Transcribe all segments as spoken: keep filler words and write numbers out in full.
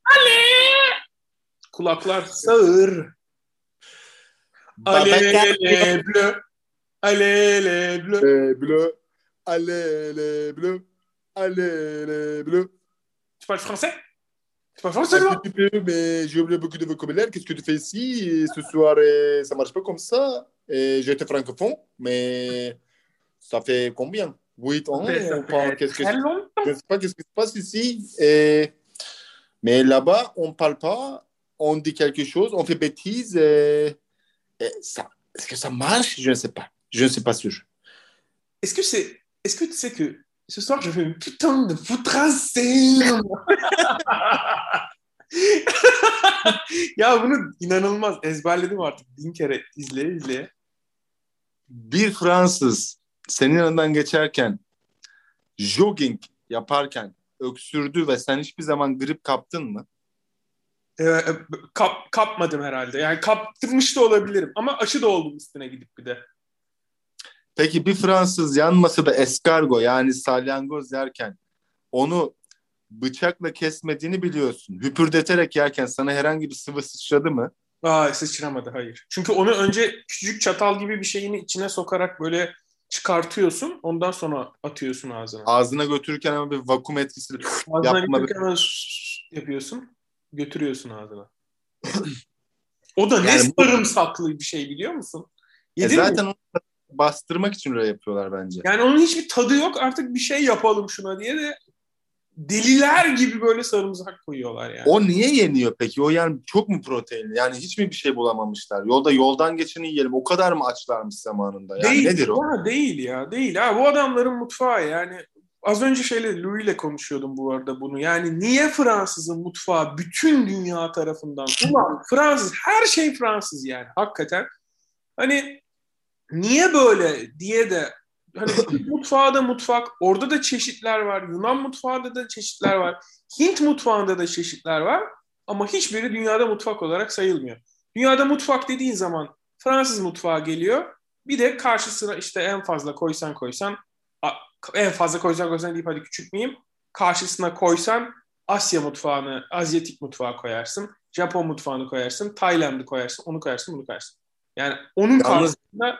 Kulaklar sağır. Alele bleu. Alele bleu. Bleu. Alele bleu. Alele bleu. Tu parles français? Tu parles français, Un petit peu, mais j'ai oublié beaucoup de vocabulaire. Qu'est-ce que tu fais ici? Et ce soir, euh, ça marche pas comme ça. Et j'étais francophone, mais ça fait combien? huit ans? Ça On parle, qu'est-ce que très longtemps. je sais pas qu'est-ce qui se passe ici. Et... Mais là-bas, on parle pas, on dit quelque chose, on fait bêtises. Et... Et ça, est-ce que ça marche? Je ne sais pas. Je ne sais pas sûr. Est-ce que c'est, est-ce que tu sais que ce soir je fais une putain de foutrassine. Ya bunu inanılmaz ezberledim artık bin kere izleye izleye. Bir Fransız senin yanından geçerken jogging yaparken öksürdü ve sen hiçbir zaman grip kaptın mı? Ee, kap, kapmadım herhalde. Yani kaptırmış da olabilirim. Ama aşı da oldum üstüne gidip bir de. Peki bir Fransız yan masada eskargo yani salyangoz yerken onu bıçakla kesmediğini biliyorsun. Hüpürdeterek yerken sana herhangi bir sıvı sıçradı mı? Aa, sıçramadı, hayır. Çünkü onu önce küçücük çatal gibi bir şeyin içine sokarak böyle çıkartıyorsun. Ondan sonra atıyorsun ağzına. Ağzına götürürken ama bir vakum etkisi ağzına yapma. götürürken hemen yapıyorsun. Götürüyorsun ağzına. O da yani ne sarımsaklı bir şey biliyor musun? E zaten mi? Onu bastırmak için öyle yapıyorlar bence. Yani onun hiçbir tadı yok. Artık bir şey yapalım şuna diye de deliler gibi böyle sarımsak koyuyorlar yani. O niye yeniyor peki? O yani çok mu proteinli? Yani hiç mi bir şey bulamamışlar? Yolda yoldan geçeni yiyelim. O kadar mı açlarmış zamanında? Yani değil, nedir o? Ya, değil ya. Değil. Ha, bu adamların mutfağı yani. Az önce şeyle Louis ile konuşuyordum bu arada bunu. Yani niye Fransızın mutfağı bütün dünya tarafından? Ulan Fransız, her şey Fransız yani hakikaten. Hani niye böyle diye de hani mutfağı da mutfak, orada da çeşitler var. Yunan mutfağında da çeşitler var. Hint mutfağında da çeşitler var. Ama hiçbiri dünyada mutfak olarak sayılmıyor. Dünyada mutfak dediğin zaman Fransız mutfağı geliyor. Bir de karşısına işte en fazla koysan koysan en fazla koysan koysan deyip hadi küçültmeyeyim. Karşısına koysan Asya mutfağını, Azyatik mutfağı koyarsın. Japon mutfağını koyarsın. Tayland'ı koyarsın. Onu koyarsın, bunu koyarsın. Yani onun karşısında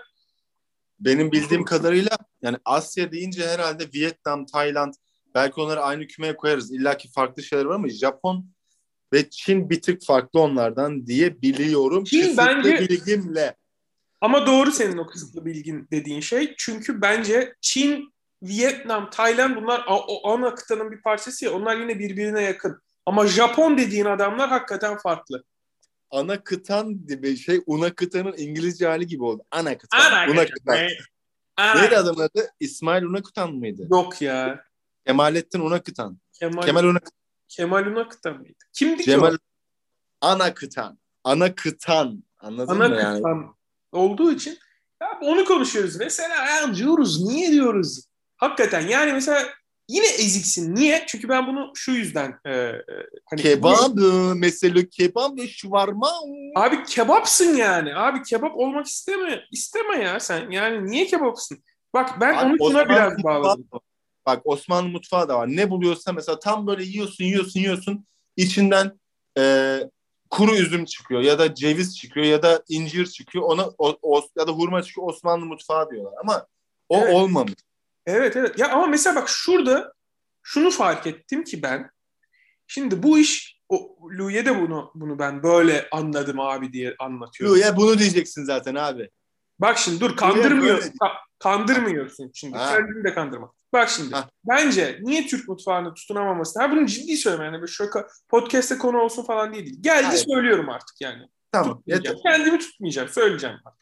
benim bildiğim kadarıyla yani Asya deyince herhalde Vietnam, Tayland, belki onları aynı kümeye koyarız. İlla ki farklı şeyler var ama Japon ve Çin bir tık farklı onlardan diye biliyorum. Çin kısıtlı bence bilgimle. Ama doğru senin o kısıtlı bilgin dediğin şey. Çünkü bence Çin, Vietnam, Tayland bunlar o ana kıtanın bir parçası ya. Onlar yine birbirine yakın. Ama Japon dediğin adamlar hakikaten farklı. Ana kıtan gibi şey, una kıtanın İngilizce hali gibi oldu. Ana kıtan. Ana una kıtan. kıtan. Ana. Neydi adamın adı? İsmail Unakıtan mıydı? Yok ya. Kemalettin Unakıtan. Kemal, Kemal Unakıtan. Kemal Unakıtan mıydı? Kimdi Cemal... ki o? Ana kıtan. Ana kıtan. Anladın Ana mı yani? kıtan olduğu için ya onu konuşuyoruz. Mesela ya diyoruz, niye diyoruz? Hakikaten yani mesela yine eziksin. Niye? Çünkü ben bunu şu yüzden e, e, hani kebap mesela kebap ve şuvarma. Abi kebapsın yani. Abi kebap olmak isteme. İsteme ya sen. Yani niye kebapsın? Bak ben Abi, onu şuna biraz bağladım. Bak Osmanlı mutfağı da var. Ne buluyorsa mesela tam böyle yiyorsun yiyorsun yiyorsun. İçinden e, kuru üzüm çıkıyor ya da ceviz çıkıyor ya da incir çıkıyor. Ona o, o, ya da hurma çıkıyor. Osmanlı mutfağı diyorlar. Ama o evet. olmamış. Evet evet. Ya ama mesela bak şurada şunu fark ettim ki ben. Şimdi bu iş o Louis'e de bunu bunu ben böyle anladım abi diye anlatıyorum. Louis'e bunu diyeceksin zaten abi. Bak şimdi dur kandırmıyorsun. Ka- kandırmıyorsun şimdi. Ha. Kendini de kandırma. Bak şimdi. Ha. Bence niye Türk mutfağını tutunamaması? Ha bunu ciddi söyleme yani. Böyle şöyle podcast'te konu olsun falan değil. Geldi Hayır. söylüyorum artık yani. Tamam. Kendimi tutmayacağım. Söyleyeceğim artık.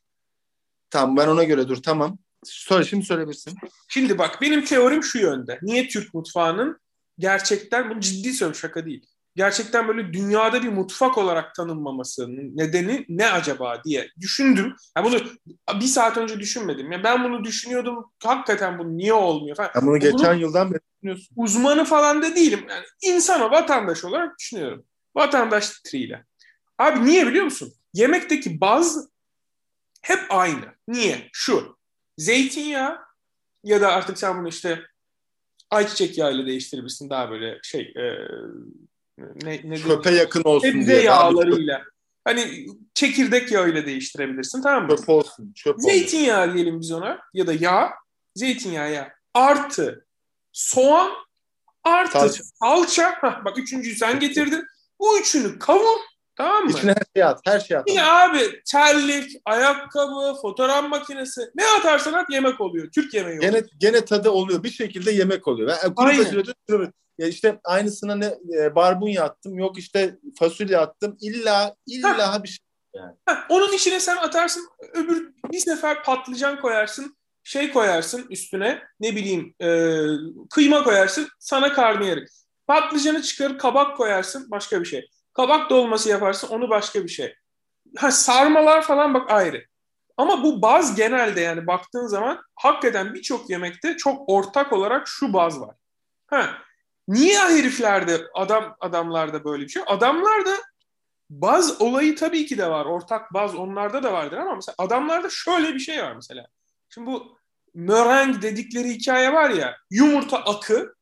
Tamam ben ona göre dur tamam. Söyle şimdi söyleyebilirsin. Şimdi bak benim teorim şu yönde. Niye Türk mutfağının gerçekten bunu ciddi söylüyorum şaka değil. Gerçekten böyle dünyada bir mutfak olarak tanınmamasının nedeni ne acaba diye düşündüm. Yani bunu bir saat önce düşünmedim. Yani ben bunu düşünüyordum. Hakikaten bu niye olmuyor falan. Ben bunu geçen bunu, yıldan beri düşünüyorsun. Uzmanı falan da değilim. Yani insana vatandaş olarak düşünüyorum. Vatandaş titriyle. Abi niye biliyor musun? Yemekteki baz hep aynı. Niye? Şu. Zeytinyağı ya da artık sen bunu işte ayçiçek yağıyla değiştirebilirsin. Daha böyle şey e, ne, ne Çöpe yakın olsun sebze diye. Daha bir çöp, yağlarıyla. Hani çekirdek yağıyla değiştirebilirsin, tamam mı? çöp olsun. Çöp olmasın. Zeytinyağı diyelim biz ona, ya da yağ, zeytinyağı ya. Artı soğan, artı Salça. salça. Hah, bak üçüncüyü sen getirdin. Bu üçünü kavur, tamam mı? İçine her şeyi at. Her şeyi at Yine ama. abi terlik, ayakkabı, fotoğraf makinesi, ne atarsan at yemek oluyor. Türk yemeği oluyor. Gene, gene tadı oluyor. Bir şekilde yemek oluyor. Ben, kuru Aynen. fasulye diyorum. Ya işte aynısına ne e, barbunya attım. Yok işte fasulye attım. İlla illa Heh, bir şey yani. heh, onun içine sen atarsın, öbür bir sefer patlıcan koyarsın, şey koyarsın üstüne, ne bileyim e, kıyma koyarsın, sana karnıyarık. Patlıcanı çıkarır, kabak koyarsın, başka bir şey. Kabak dolması yaparsın, onu başka bir şey. Ha, sarmalar falan bak ayrı. Ama bu baz genelde, yani baktığın zaman hakikaten birçok yemekte çok ortak olarak şu baz var. Ha, niye heriflerde, adam adamlarda böyle bir şey? Adamlarda baz olayı tabii ki de var. Ortak baz onlarda da vardır ama mesela adamlarda şöyle bir şey var mesela. Şimdi bu meringue dedikleri hikaye var ya, yumurta akı,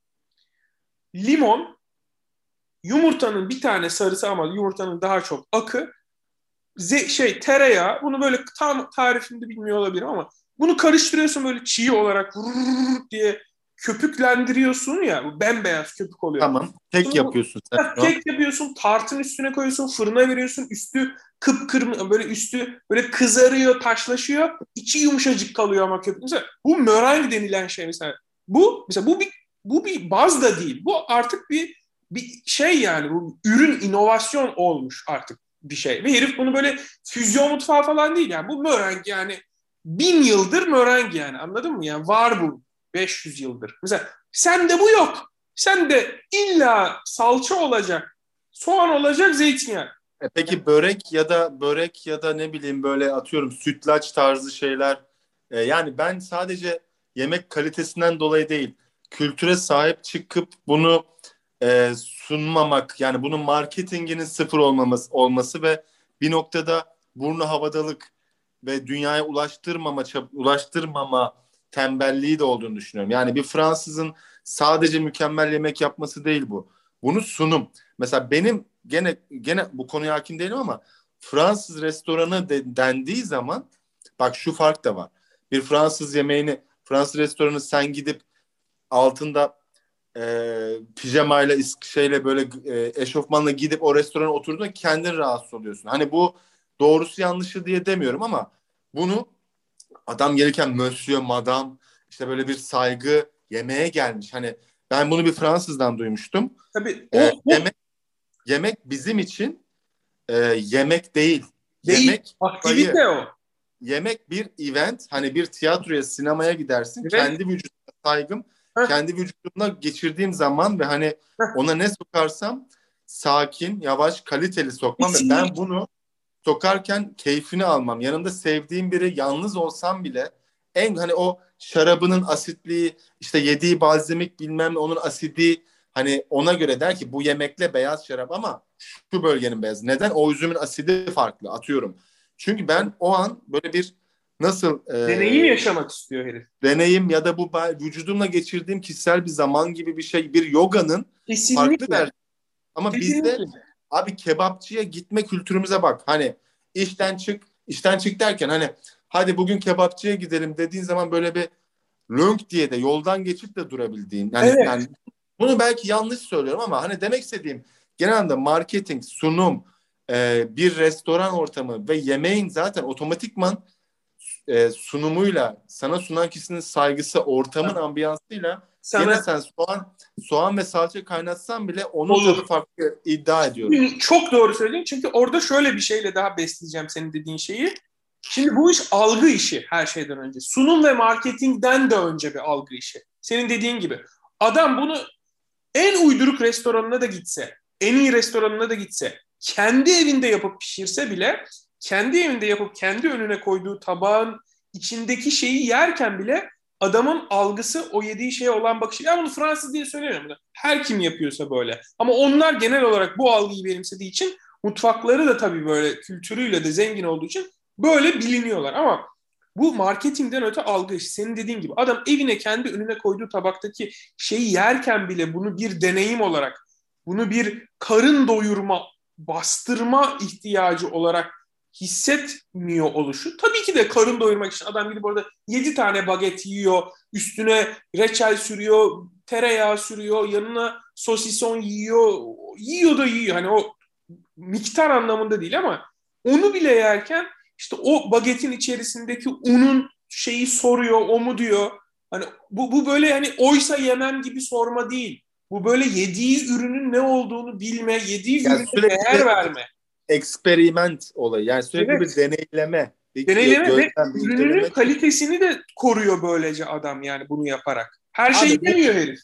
limon, yumurtanın bir tane sarısı ama yumurtanın daha çok akı, ze- şey tereyağı, bunu böyle tam tarifini bilmiyor olabilirim ama bunu karıştırıyorsun böyle çiğ olarak vurur diye köpüklendiriyorsun ya, bu bembeyaz köpük oluyor. Tamam. Tek Bunu yapıyorsun sen heh, şu an. kek yapıyorsun, tartın üstüne koyuyorsun, fırına veriyorsun, üstü kıpkırmızı, böyle üstü böyle kızarıyor, taşlaşıyor, içi yumuşacık kalıyor ama köpük. Mesela bu meringue denilen şey mesela. Bu mesela bu bir bu bir baz da değil. Bu artık bir bir şey, yani bu ürün, inovasyon olmuş artık bir şey. Ve herif bunu böyle füzyon mutfağı falan değil yani. Bu meringue yani bin yıldır meringue yani, anladın mı? Yani var bu beş yüz yıldır. Mesela sende bu yok. Sen de illa salça olacak, soğan olacak, zeytinyağı. E peki börek ya da börek ya da ne bileyim böyle atıyorum sütlaç tarzı şeyler. E, yani ben sadece yemek kalitesinden dolayı değil, kültüre sahip çıkıp bunu e, sunmamak, yani bunun marketinginin sıfır olmaması olması ve bir noktada burnu havadalık ve dünyaya ulaştırmama çab- ulaştırmama tembelliği de olduğunu düşünüyorum. Yani bir Fransızın sadece mükemmel yemek yapması değil bu. Bunu sunum. Mesela benim gene gene bu konuya hakim değilim ama Fransız restoranı de, dendiği zaman bak şu fark da var. Bir Fransız yemeğini, Fransız restoranı sen gidip altında e, pijamayla şeyle böyle e, eşofmanla gidip o restorana oturduğunda kendin rahatsız oluyorsun. Hani bu doğrusu yanlışı diye demiyorum ama bunu adam gelirken monsieur, madame, işte böyle bir saygı, yemeğe gelmiş. Hani ben bunu bir Fransızdan duymuştum. Tabii E, o bu yemek yemek bizim için e, yemek değil. değil, Yemek sayı. aktivite o. Yemek bir event. Hani bir tiyatroya, sinemaya gidersin. Evet. Kendi vücuduma saygım, Heh, kendi vücudumla geçirdiğim zaman ve hani heh. ona ne sokarsam sakin, yavaş, kaliteli sokmam ve ben Kesinlikle. bunu sokarken keyfini almam. Yanımda sevdiğim biri yalnız olsam bile en hani o şarabının asitliği, işte yediği balzamik bilmem ne onun asidi, hani ona göre der ki bu yemekle beyaz şarap ama şu bölgenin beyazı. Neden? O üzümün asidi farklı atıyorum. Çünkü ben o an böyle bir nasıl Deneyim e, yaşamak istiyor herif. deneyim ya da bu vücudumla geçirdiğim kişisel bir zaman gibi bir şey, bir yoganın farklı Kesinlikle. versiyonu. Ama bizde Kesinlikle. abi kebapçıya gitme kültürümüze bak. Hani işten çık, işten çık derken hani hadi bugün kebapçıya gidelim dediğin zaman böyle bir lönk diye de yoldan geçip de durabildiğin. Yani Evet. yani bunu belki yanlış söylüyorum ama hani demek istediğim genel anlamda marketing, sunum, e, bir restoran ortamı ve yemeğin zaten otomatikman e, sunumuyla, sana sunan kişinin saygısı, ortamın ambiyansıyla gene Sana sen soğan soğan ve salça kaynatsan bile onun tadı olur. farklı iddia ediyorum. Çok doğru söyledin. Çünkü orada şöyle bir şeyle daha besleyeceğim senin dediğin şeyi. Şimdi bu iş algı işi her şeyden önce. Sunum ve marketingden de önce bir algı işi. Senin dediğin gibi. Adam bunu en uyduruk restoranına da gitse, en iyi restoranına da gitse, kendi evinde yapıp pişirse bile, kendi evinde yapıp kendi önüne koyduğu tabağın içindeki şeyi yerken bile adamın algısı o yediği şeye olan bakışı. Ya bunu Fransız diye söylemiyorum. Her kim yapıyorsa böyle. Ama onlar genel olarak bu algıyı benimsediği için mutfakları da tabii böyle kültürüyle de zengin olduğu için böyle biliniyorlar. Ama bu marketingden öte algı işi. Senin dediğin gibi adam evine kendi önüne koyduğu tabaktaki şeyi yerken bile bunu bir deneyim olarak bunu bir karın doyurma, bastırma ihtiyacı olarak hissetmiyor oluşu. Tabii ki de karın doyurmak için adam gidip orada yedi tane baget yiyor, üstüne reçel sürüyor, tereyağı sürüyor, yanına sosison yiyor, yiyor da yiyor. Hani o miktar anlamında değil ama onu bile yerken işte o bagetin içerisindeki unun şeyi soruyor, o mu diyor. Hani bu, bu böyle hani oysa yemem gibi sorma değil. Bu böyle yediği ürünün ne olduğunu bilme, yediği Yani ürüne sürekli değer bir verme. eksperiment olayı. Yani sürekli bir Evet. deneyleme, bir gö- Deneyleme ve gözlem, bir ürününün inceleme. kalitesini de koruyor böylece adam yani bunu yaparak. Her şeyi Abi bu yemiyor herif.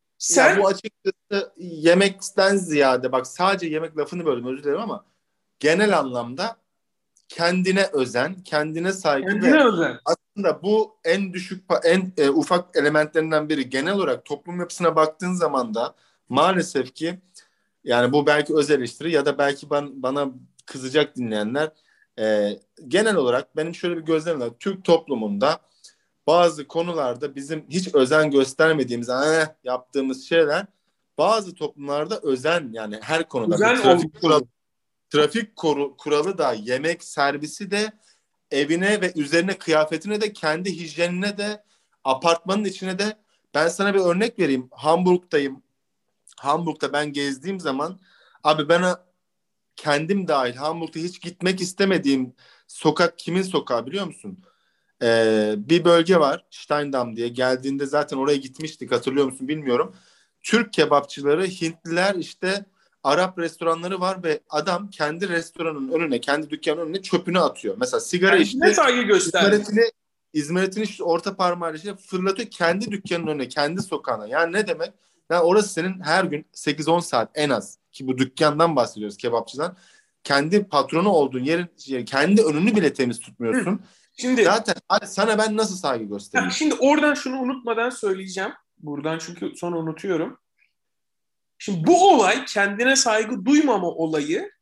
ya Sen bu açıkçası yemekten ziyade, bak sadece yemek lafını böldüm, özür dilerim, ama genel anlamda kendine özen, kendine saygı kendine ve özel. aslında bu en düşük pa- en e, ufak elementlerinden biri. Genel olarak toplum yapısına baktığın zaman da maalesef ki, yani bu belki öz eleştiri ya da belki ben, bana kızacak dinleyenler, e, genel olarak benim şöyle bir gözlemim var. Türk toplumunda bazı konularda bizim hiç özen göstermediğimiz, eh, yaptığımız şeyler bazı toplumlarda özen, yani her konuda bir Düzen trafik kuralı, oluşturuyor. trafik koru, kuralı da, yemek servisi de, evine ve üzerine kıyafetine de, kendi hijyenine de, apartmanın içine de. Ben sana bir örnek vereyim. Hamburg'dayım. Hamburg'da ben gezdiğim zaman abi, bana kendim dahil Hamburg'da hiç gitmek istemediğim sokak kimin sokağı biliyor musun? Ee, bir bölge var, Steindamm diye. Geldiğinde zaten oraya gitmiştik, hatırlıyor musun bilmiyorum. Türk kebapçıları, Hintliler, işte Arap restoranları var ve adam kendi restoranın önüne, kendi dükkanının önüne çöpünü atıyor. Mesela sigara Kendine içti, saygı göstermiyor. İzmaritini, İzmaritini işte orta parmağıyla işte fırlatıyor kendi dükkanının önüne, kendi sokağına. Yani ne demek? Yani orası senin her gün sekiz on saat en az, ki bu dükkandan bahsediyoruz, kebapçıdan. Kendi patronu olduğun yerin, yani kendi önünü bile temiz Hı. tutmuyorsun. Şimdi Zaten abi sana ben nasıl saygı ha, göstereyim? şimdi oradan şunu unutmadan söyleyeceğim. Buradan çünkü sonra unutuyorum. Şimdi bu olay kendine saygı duymama olayı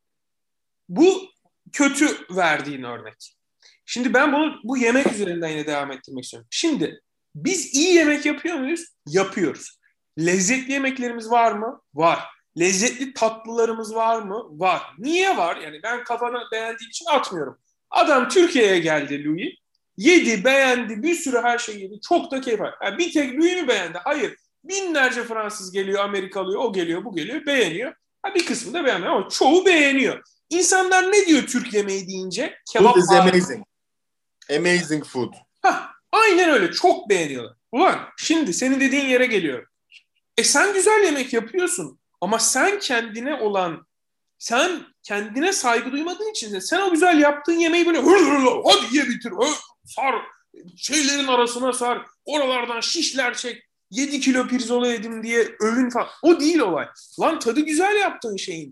bu kötü verdiğin örnek. Şimdi ben bunu bu yemek üzerinden yine devam ettirmek istiyorum. Şimdi biz iyi yemek yapıyor muyuz? Yapıyoruz. Lezzetli yemeklerimiz var mı? Var. Lezzetli tatlılarımız var mı? Var. Niye var? Yani ben kafana beğendiğim için atmıyorum. Adam Türkiye'ye geldi Louis. Yedi, beğendi, bir sürü her şey yedi. Çok da keyif aldı. Yani bir tek Louis mi beğendi? Hayır. Binlerce Fransız geliyor, Amerikalı, o geliyor, bu geliyor, beğeniyor. Ha, bir kısmı da beğenmiyor ama çoğu beğeniyor. İnsanlar ne diyor Türk yemeği deyince? Food Kebap is var. amazing. Amazing food. Hah, aynen öyle. Çok beğeniyorlar. Ulan şimdi senin dediğin yere geliyor. E sen güzel yemek yapıyorsun ama sen kendine olan, sen kendine saygı duymadığın için de sen o güzel yaptığın yemeği böyle hır hır hır, hadi ye bitir, hır, sar, şeylerin arasına sar, oralardan şişler çek, yedi kilo pirzola yedim diye övün falan. O değil olay. Lan tadı güzel yaptığın şeyin.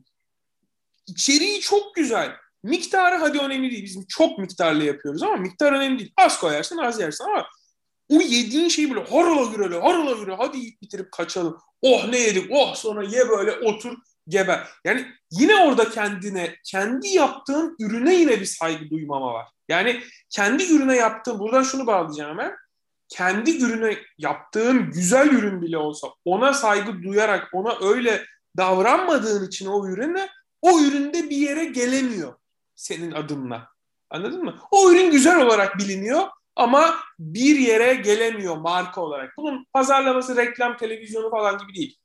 İçeriği çok güzel. Miktarı hadi önemli değil. Biz çok miktarlı yapıyoruz ama miktar önemli değil. Az koyarsın, az yersin ama o yediğin şeyi böyle harala gürele, harala gürele, hadi yiyip bitirip kaçalım. Oh ne yedik, oh sonra ye böyle otur geber. Yani yine orada kendine, kendi yaptığın ürüne yine bir saygı duymama var. Yani kendi ürüne yaptığın, buradan şunu bağlayacağım hemen. Kendi ürüne yaptığın güzel ürün bile olsa ona saygı duyarak ona öyle davranmadığın için o ürüne o üründe bir yere gelemiyor senin adınla. Anladın mı? O ürün güzel olarak biliniyor ama bir yere gelemiyor marka olarak. Bunun pazarlaması, reklam, televizyonu falan gibi değil.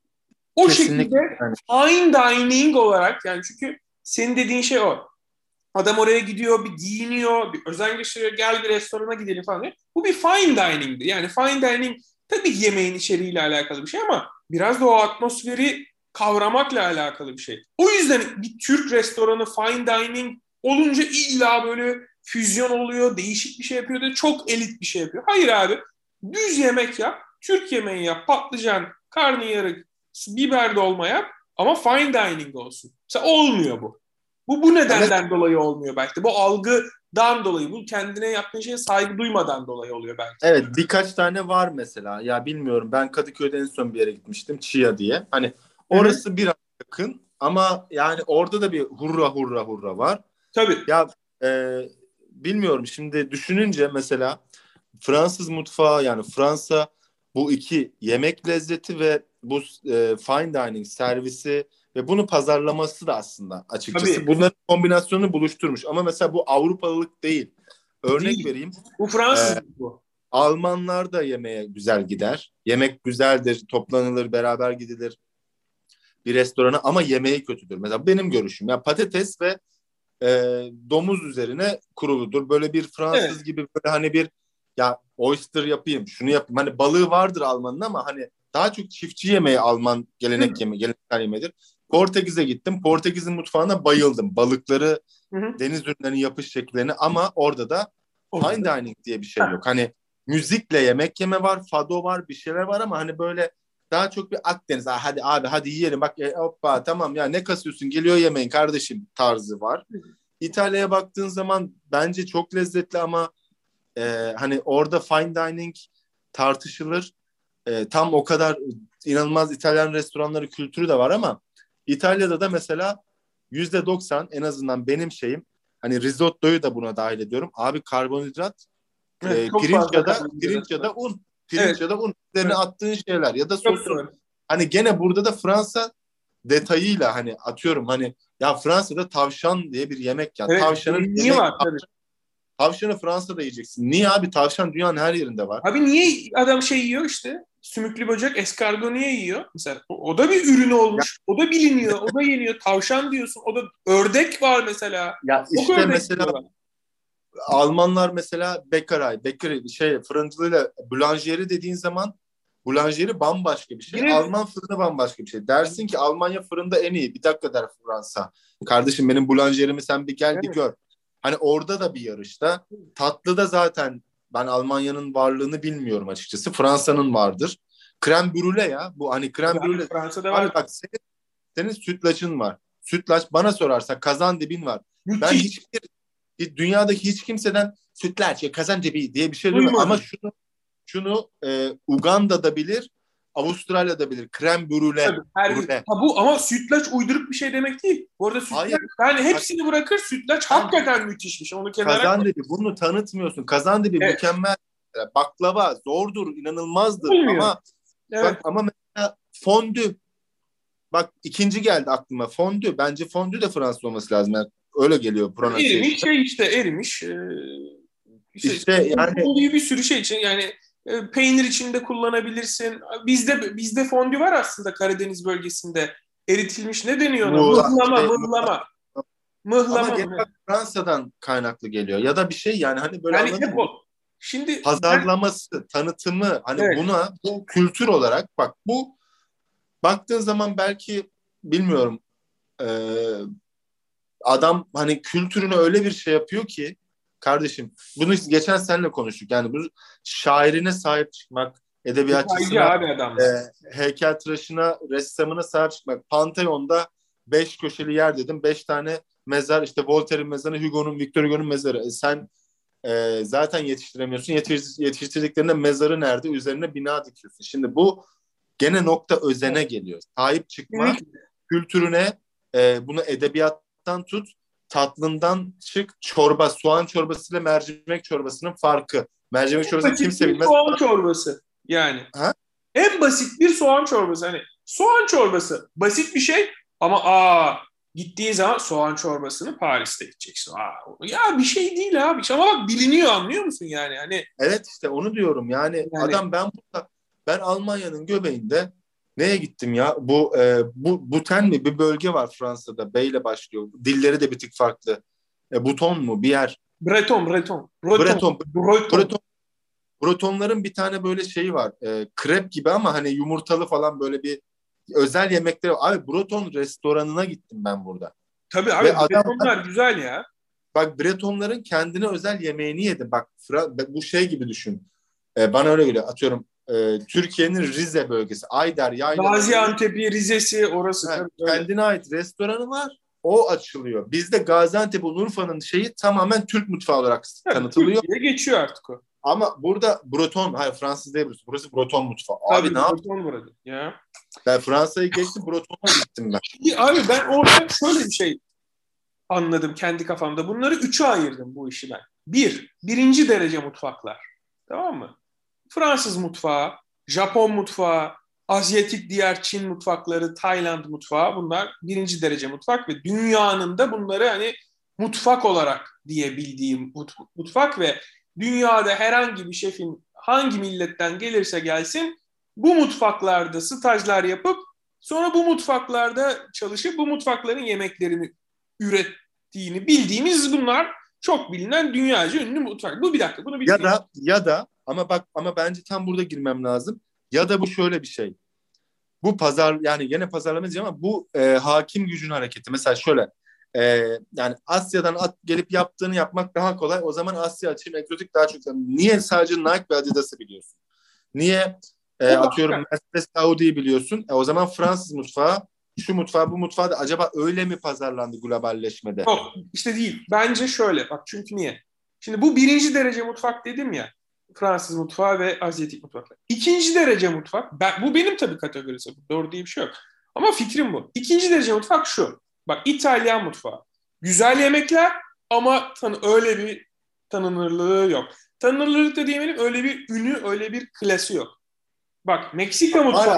O şekilde Kesinlikle. Yani fine dining olarak yani çünkü senin dediğin şey o. Adam oraya gidiyor, bir giyiniyor, bir özen gösteriyor, gel bir restorana gidelim falan diyor. Bu bir fine dining'di. Yani fine dining tabii ki yemeğin içeriğiyle alakalı bir şey ama biraz da o atmosferi kavramakla alakalı bir şey. O yüzden bir Türk restoranı fine dining olunca illa böyle füzyon oluyor, değişik bir şey yapıyor da çok elit bir şey yapıyor. Hayır abi, düz yemek yap, Türk yemeği yap, patlıcan, karnıyarık, biber dolma yap ama fine dining olsun. Mesela olmuyor bu. Bu bu ya mes- nedenden dolayı olmuyor belki de. Bu algıdan dolayı, bu kendine yaptığın şeye saygı duymadan dolayı oluyor belki. evet, birkaç tane var mesela. Ya bilmiyorum, ben Kadıköy'de en son bir yere gitmiştim, Chia diye. Hani Hı hı. orası biraz yakın ama yani orada da bir hurra hurra hurra var. Tabii. Ya e, bilmiyorum, şimdi düşününce mesela Fransız mutfağı, yani Fransa, bu iki yemek lezzeti ve bu e, fine dining servisi ve bunu pazarlaması da aslında açıkçası. Tabii. Bunların kombinasyonunu buluşturmuş. Ama mesela bu Avrupalılık değil. Örnek Değil. vereyim. Bu Fransız Ee, bu. Almanlar da yemeğe güzel gider. Yemek güzeldir, toplanılır, beraber gidilir bir restorana ama yemeği kötüdür. Mesela benim görüşüm. Ya patates ve e, domuz üzerine kuruludur. Böyle bir Fransız Evet. gibi böyle hani bir ya oyster yapayım, şunu yapayım. Hani balığı vardır Alman'ın ama hani daha çok çiftçi yemeği Alman Hı gelenek yemeği, geleneksel yemeğidir. Portekiz'e gittim. Portekiz'in mutfağına bayıldım. Balıkları, hı. deniz ürünlerinin yapış şekillerini ama orada da Orada fine da. dining diye bir şey Ha. yok. Hani müzikle yemek yeme var, fado var, bir şeyler var ama hani böyle daha çok bir Akdeniz. Ha, hadi abi hadi yiyelim bak e, hoppa tamam ya ne kasıyorsun geliyor yemeğin kardeşim tarzı var. İtalya'ya baktığın zaman bence çok lezzetli ama e, hani orada fine dining tartışılır. E, tam o kadar inanılmaz İtalyan restoranları kültürü de var ama İtalya'da da mesela yüzde doksan en azından benim şeyim hani risottoyu da buna dahil ediyorum. Abi karbonhidrat Evet, e, çok pirinç fazla ya da karbonhidrat pirinç ya var. da un. Pirinç Evet, ya da un üzerine evet. attığın şeyler ya da Çok sosun. doğru. Hani gene burada da Fransa detayıyla hani atıyorum hani ya Fransa'da tavşan diye bir yemek ya. Evet, Tavşanın niye yemek var tabii. tavşanı Fransa'da yiyeceksin. Niye abi? Tavşan dünyanın her yerinde var. Abi niye adam şey yiyor işte? Sümüklü böcek eskargot yiyor? Mesela o, o da bir ürün Ya, olmuş. O da biliniyor. O da yeniyor. Tavşan diyorsun. O da ördek var mesela. ya Çok işte ördek mesela yiyorlar. Almanlar mesela Bäckerei, bakery şey fırıncılığıyla boulangerie dediğin zaman boulangerie bambaşka bir şey. Yine Alman fırını bambaşka bir şey. Dersin ki Almanya fırında en iyi. Bir dakika der Fransa. Kardeşim benim boulangerimi sen bir gel bir evet. gör. Hani orada da bir yarışta. Tatlıda zaten ben Almanya'nın varlığını bilmiyorum açıkçası. Fransa'nın vardır. Krem brûlée ya. Bu hani Abi, krem abi brûlée. Fransa'da Abi var. bak senin, senin sütlacın var. Sütlaç bana sorarsa kazandibin var. Ben Müthiş. hiçbir dünyadaki hiç kimseden sütlaç ya kazandibi diye bir şey duymuyorum. Ama Duymadım. şunu şunu e, Uganda'da bilir, Avustralya'da bilir. Krem brûlée. Tabii. Her, Brûlée. ha, bu ama sütlaç uyduruk bir şey demek değil. Bu arada sütlaç Hayır. yani Bak, hepsini bırakır sütlaç sen hakikaten müthişmiş. Onu kenara koy. kazandibi bunu tanıtmıyorsun. Kazandibi Evet. mükemmel. Baklava zordur, inanılmazdır Olmuyor. ama Evet. bak ama mesela fondü. Bak ikinci geldi aklıma. Fondü. Bence fondü de Fransız olması lazım. Yani öyle geliyor Erimiş pronunciation. şey işte erimiş. Ee, işte İşte yani fondü bir sürü şey için yani e, peynir içinde kullanabilirsin. Bizde bizde fondü var aslında Karadeniz bölgesinde. Eritilmiş ne deniyor ona? muğla, Mıhlama, şey, mıhlama. ama Mıhlama gene mı ne? bak Fransa'dan kaynaklı geliyor. Ya da bir şey yani hani böyle Yani anladın hep mı? Bu o. Şimdi ben pazarlaması, tanıtımı hani evet. buna bu kültür olarak bak bu baktığın zaman belki bilmiyorum e, adam hani kültürünü öyle bir şey yapıyor ki kardeşim bunu geçen seninle konuştuk. Yani bu şairine sahip çıkmak, Detaycı edebiyatçısına, abi e, adamlar. heykeltıraşına, ressamına sahip çıkmak. Pantheon'da beş köşeli yer dedim. Beş tane mezar işte Voltaire'in mezarı, Hugo'nun, Victor Hugo'nun mezarı. E, sen e, zaten yetiştiremiyorsun. Yetiş, yetiştirdiklerinde mezarı nerede? Üzerine bina dikiyorsun. Şimdi bu gene nokta özene Evet. geliyor. Sahip çıkma Kesinlikle. kültürüne e, bunu edebiyattan tut tatlından çık çorba soğan çorbasıyla mercimek çorbasının farkı. Mercimek çorbasını Basit kimse bir bilmez. soğan çorbası yani. Ha? En basit bir soğan çorbası. Hani soğan çorbası basit bir şey ama aa gittiğin zaman soğan çorbasını Paris'te içeceksin. Aa, ya bir şey değil abi. Ama bak biliniyor anlıyor musun yani? Hani Evet işte onu diyorum. Yani yani adam ben burada ben Almanya'nın göbeğinde neye gittim ya? Bu e, bu Buten mi bir bölge var Fransa'da. B ile başlıyor. Dilleri de bir tık farklı. E, Buton mu bir yer? Breton, Breton, Breton, Breton. Breton. Breton. Bretonların bir tane böyle şeyi var. E, krep gibi ama hani yumurtalı falan böyle bir özel yemekleri var. Abi Breton restoranına gittim ben burada. Tabii Ve abi adamlar Bretonlar güzel ya. bak Bretonların kendine özel yemeğini yedim. Bak Fra- bu şey gibi düşün. E, bana öyle geliyor. Atıyorum e, Türkiye'nin Rize bölgesi. Ayder yaylalarının Gaziantep'i, Rize'si orası ha, tabii öyle. kendine ait restoranı var. O açılıyor. Bizde Gaziantep, Urfa'nın şeyi tamamen Türk mutfağı olarak Tabii tanıtılıyor. Türkiye'ye geçiyor artık o. Ama burada Breton, hayır Fransız değil burası. Burası Breton mutfağı. Abi ne Tabii yaptın? Breton burada ya. Ben Fransa'yı geçtim, Breton'a gittim ben. Abi ben orada şöyle bir şey anladım kendi kafamda. Bunları üçe ayırdım bu işi ben. Bir, birinci derece mutfaklar. Tamam mı? Fransız mutfağı, Japon mutfağı, Azyatik diğer Çin mutfakları, Tayland mutfağı bunlar birinci derece mutfak ve dünyanın da bunları hani mutfak olarak diye bildiğim mutfak ve dünyada herhangi bir şefin hangi milletten gelirse gelsin bu mutfaklarda stajlar yapıp sonra bu mutfaklarda çalışıp bu mutfakların yemeklerini ürettiğini bildiğimiz bunlar çok bilinen dünyaca ünlü mutfak. Bu bir dakika bunu Ya bitireyim. da ya da ama bak ama bence tam burada girmem lazım. Ya da bu şöyle bir şey. Bu pazar yani gene pazarlama diyeceğim ama bu e, hakim gücün hareketi. Mesela şöyle e, yani Asya'dan at, gelip yaptığını yapmak daha kolay. O zaman Asya açayım egzotik daha çok. Niye sadece Nike ve Adidas'ı biliyorsun? Niye e, O atıyorum başka. Mercedes Audi'yi biliyorsun? E, o zaman Fransız mutfağı, şu mutfağı, bu mutfağı da acaba öyle mi pazarlandı globalleşmede? Yok işte değil. Bence şöyle bak çünkü niye? Şimdi bu birinci derece mutfak dedim ya. Fransız mutfağı ve Azyatik mutfaklar. İkinci derece mutfak. Ben, bu benim tabii kategorisi. Doğru diye bir şey yok. Ama fikrim bu. İkinci derece mutfak şu. Bak İtalyan mutfağı. Güzel yemekler ama tan öyle bir tanınırlığı yok. Tanınırlık da diyemeyelim öyle bir ünü, öyle bir klası yok. Bak Meksika mutfağı. Var,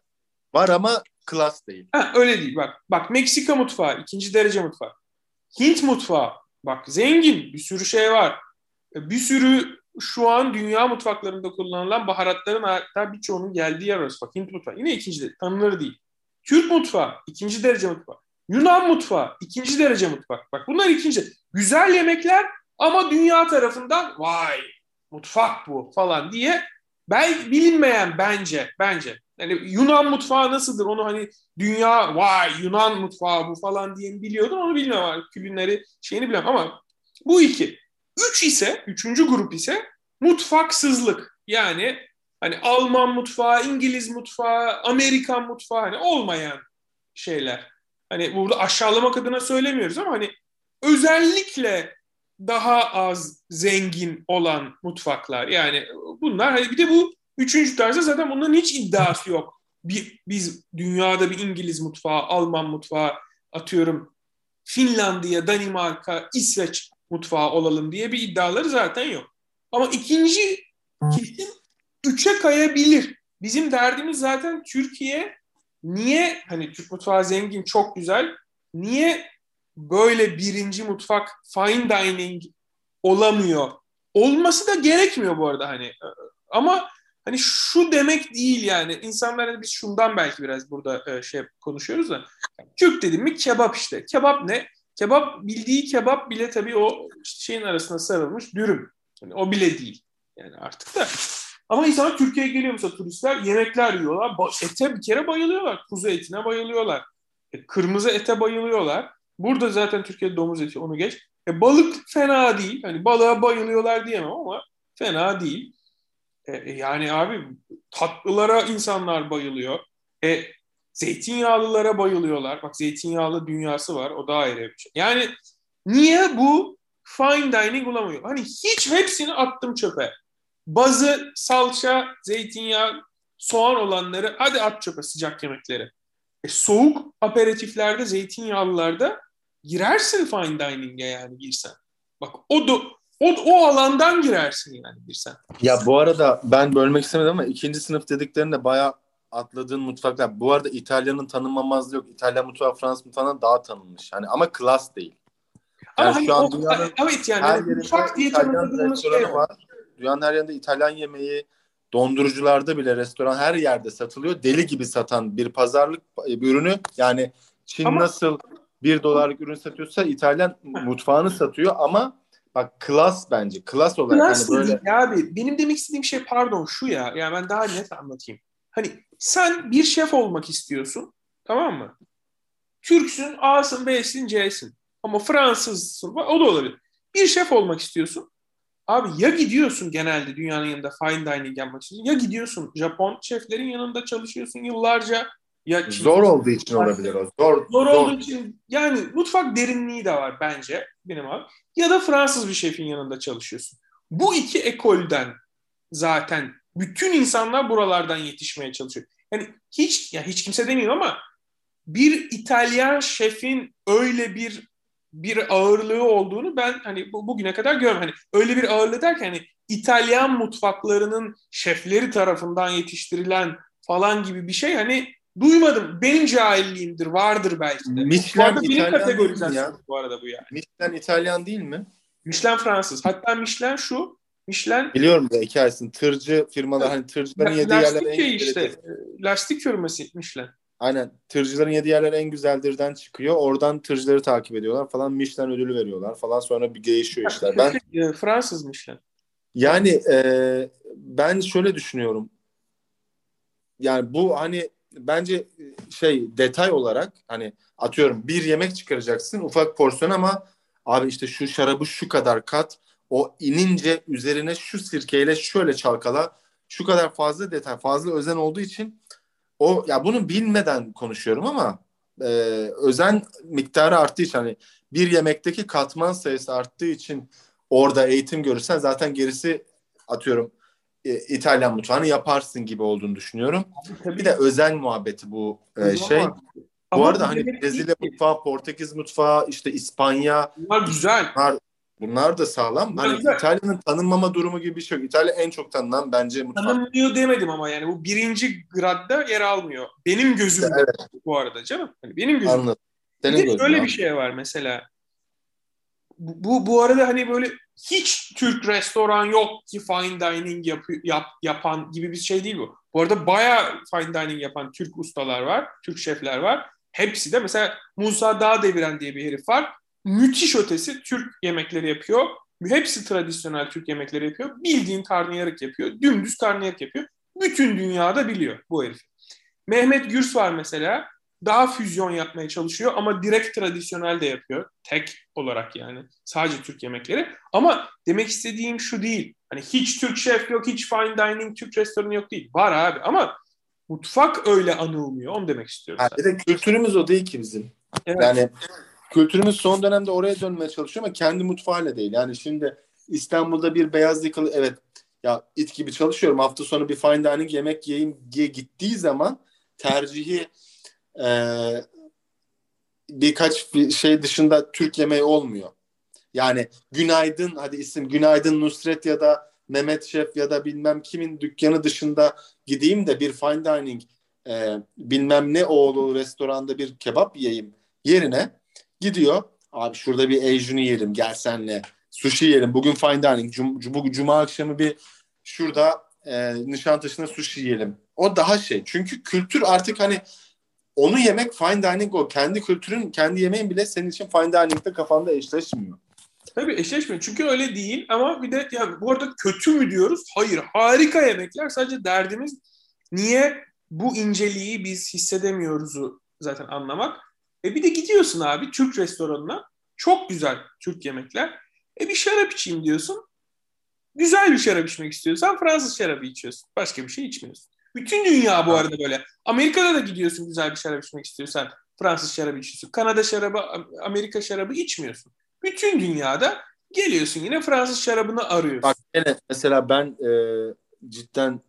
var ama klas değil. Ha, öyle değil bak. Bak Meksika mutfağı, ikinci derece mutfağı. Hint mutfağı. Bak zengin bir sürü şey var. Bir sürü şu an dünya mutfaklarında kullanılan baharatların hatta birçoğunun geldiği yer orası. Bak Hint mutfağı yine ikinci derece. Tanınır değil. Türk mutfağı ikinci derece mutfak. Yunan mutfağı ikinci derece mutfak. Bak bunlar ikinci. Güzel yemekler ama dünya tarafından vay mutfak bu falan diye belki bilinmeyen bence bence. Yani Yunan mutfağı nasıldır onu hani dünya vay Yunan mutfağı bu falan diye biliyordum onu bilmiyorum. Külünleri şeyini bilemem ama bu iki. Üç ise, üçüncü grup ise mutfaksızlık. Yani hani Alman mutfağı, İngiliz mutfağı, Amerikan mutfağı hani olmayan şeyler. Hani burada aşağılamak adına söylemiyoruz ama hani özellikle daha az zengin olan mutfaklar. Yani bunlar hani bir de bu üçüncü tarzda zaten bunların hiç iddiası yok. Bir, biz dünyada bir İngiliz mutfağı, Alman mutfağı atıyorum Finlandiya, Danimarka, İsveç mutfağı olalım diye bir iddiaları zaten yok. Ama ikinci kesim üçe kayabilir. Bizim derdimiz zaten Türkiye niye hani Türk mutfağı zengin çok güzel niye böyle birinci mutfak fine dining olamıyor? Olması da gerekmiyor bu arada hani ama hani şu demek değil yani insanlar hani biz şundan belki biraz burada şey konuşuyoruz da Türk dedim mi kebap işte. Kebap ne? Kebap bildiği kebap bile tabii o şeyin arasına sarılmış dürüm. Yani o bile değil. Yani artık da. Ama insanlar Türkiye'ye geliyor mesela turistler yemekler yiyorlar. Ete bir kere bayılıyorlar. Kuzu etine bayılıyorlar. E, kırmızı ete bayılıyorlar. Burada zaten Türkiye'de domuz eti onu geç. E, balık fena değil. Hani balığa bayılıyorlar diyemem ama fena değil. E, e, yani abi tatlılara insanlar bayılıyor. E, zeytinyağlılara bayılıyorlar. Bak zeytinyağlı dünyası var. O da ayrı bir şey. Yani niye bu fine dining olamıyor? Hani hiç hepsini attım çöpe. Bazı, salça, zeytinyağı, soğan olanları hadi at çöpe sıcak yemekleri. E, soğuk aperatiflerde, zeytinyağlılarda girersin fine dining'e yani girsen. Bak o da o, o alandan girersin yani girsen. Ya bu arada ben bölmek istemedim ama ikinci sınıf dediklerinde bayağı atladığın mutfaklar. Bu arada İtalya'nın tanınmamazlığı yok. İtalyan mutfağı Fransız mutfağından daha tanınmış. Hani ama klas değil. Ama Yani hani şu o an dünyanın evet yani her hani yerinde mutfak diye İtalyan tanımladığımız şey restoranı var. var. Dünyanın her yerinde İtalyan yemeği, dondurucularda bile restoran her yerde satılıyor. Deli gibi satan bir pazarlık bir ürünü. Yani Çin Ama nasıl bir dolarlık ürün satıyorsa İtalyan mutfağını satıyor ama bak klas bence. Klas olarak hani nasıl değil böyle abi? Benim demek istediğim şey pardon şu ya. Ya ben daha net anlatayım. Hani sen bir şef olmak istiyorsun. Tamam mı? Türksün, A'sın, B'sin, C'sin. Ama Fransızsın. O da olabilir. Bir şef olmak istiyorsun. Abi ya gidiyorsun genelde dünyanın yanında fine dining yapmak için ya gidiyorsun Japon şeflerin yanında çalışıyorsun yıllarca ya Çin. zor olduğu için olabilir o. Zor, Zor olduğu zor. için yani mutfak derinliği de var bence benim abi. Ya da Fransız bir şefin yanında çalışıyorsun. Bu iki ekolden zaten bütün insanlar buralardan yetişmeye çalışıyor. Yani hiç ya hiç kimse demiyor ama bir İtalyan şefin öyle bir bir ağırlığı olduğunu ben hani bu, bugüne kadar görmedim. Hani öyle bir ağırlığı derken hani İtalyan mutfaklarının şefleri tarafından yetiştirilen falan gibi bir şey hani duymadım. Benim cahilliğimdir, vardır belki de. Bu Michelin arada benim İtalyan değil mi ya? kategorizasyonum bu arada bu yani. Michelin İtalyan değil mi? Michelin Fransız. Hatta Michelin şu, Michelin Biliyorum da hikayesini. Tırcı firmalar hani tırcıların la- yediği yerler lastik en şey işte. güzelidir. e, Lastik firması Michelin. Aynen. Tırcıların yediği yerler en güzeldirden çıkıyor. Oradan tırcıları takip ediyorlar falan. Michelin ödülü veriyorlar falan. Sonra bir değişiyor işler. Ben Şey, e, Fransız Michelin. yani e, ben şöyle düşünüyorum. Yani bu hani bence şey detay olarak hani atıyorum bir yemek çıkaracaksın ufak porsiyon ama abi işte şu şarabı şu kadar kat o inince üzerine şu sirkeyle şöyle çalkala şu kadar fazla detay fazla özen olduğu için o ya bunu bilmeden konuşuyorum ama e, özen miktarı arttığı için hani bir yemekteki katman sayısı arttığı için orada eğitim görürsen zaten gerisi atıyorum e, İtalyan mutfağını yaparsın gibi olduğunu düşünüyorum. Bir Tabii de özen muhabbeti bu e, özel şey. var. Bu Ama arada bu hani demek değil Brezilya ki. mutfağı, Portekiz mutfağı, işte İspanya Bunlar güzel. bunlar, bunlar da sağlam. Bunlar Hani güzel. İtalya'nın tanınmama durumu gibi bir şey yok. İtalya en çok tanınan bence mutfak. Tanımlıyor demedim ama yani bu birinci gradda yer almıyor. Benim gözümde Evet, bu arada canım. Hani benim gözümde. anladım. Bir Senin de gözüne şöyle bir al. şey var mesela. Bu, bu, bu arada hani böyle hiç Türk restoran yok ki fine dining yap, yap, yapan gibi bir şey değil bu. Bu arada bayağı fine dining yapan Türk ustalar var, Türk şefler var. Hepsi de mesela Musa Dağdeviren diye bir herif var. Müthiş ötesi Türk yemekleri yapıyor. Hepsi tradisyonel Türk yemekleri yapıyor. Bildiğin karnıyarık yapıyor. Dümdüz karnıyarık yapıyor. Bütün dünyada biliyor bu herif. Mehmet Gürs var mesela. Daha füzyon yapmaya çalışıyor ama direkt tradisyonel de yapıyor. Tek olarak yani. Sadece Türk yemekleri. Ama demek istediğim şu değil. Hani hiç Türk şef yok, hiç fine dining Türk restoranı yok değil. Var abi ama mutfak öyle anılmıyor. Onu demek istiyorum Ha, sadece. bir de kültürümüz o değil ki bizim. Evet. Yani kültürümüz son dönemde oraya dönmeye çalışıyor ama kendi mutfağıyla değil. Yani şimdi İstanbul'da bir beyaz yakalı evet ya it gibi çalışıyorum. Hafta sonu bir fine dining yemek yiyeyim diye gittiği zaman tercihi e, birkaç bir şey dışında Türk yemeği olmuyor. Yani Günaydın hadi isim Günaydın Nusret ya da Mehmet Şef ya da bilmem kimin dükkanı dışında gideyim de bir fine dining e, bilmem ne oğlu restoranda bir kebap yiyeyim yerine gidiyor. Abi şurada bir Asian yiyelim gel senle. Sushi yiyelim. Bugün fine dining. Cum, cum, Cuma akşamı bir şurada e, Nişantaşı'nda sushi yiyelim. O daha şey. Çünkü kültür artık hani onu yemek fine dining o. Kendi kültürün, kendi yemeğin bile senin için fine dining'de kafanda eşleşmiyor. Tabii eşleşmiyor. Çünkü öyle değil ama bir de yani bu arada kötü mü diyoruz? Hayır. Harika yemekler. Sadece derdimiz niye bu inceliği biz hissedemiyoruzu zaten anlamak. E bir de gidiyorsun abi Türk restoranına. Çok güzel Türk yemekler. E bir şarap içeyim diyorsun. Güzel bir şarap içmek istiyorsan Fransız şarabı içiyorsun. Başka bir şey içmiyorsun. Bütün dünya bu Ha. arada böyle. Amerika'da da gidiyorsun güzel bir şarap içmek istiyorsan Fransız şarabı içiyorsun. Kanada şarabı, Amerika şarabı içmiyorsun. Bütün dünyada geliyorsun yine Fransız şarabını Bak arıyorsun. gene mesela ben e, cidden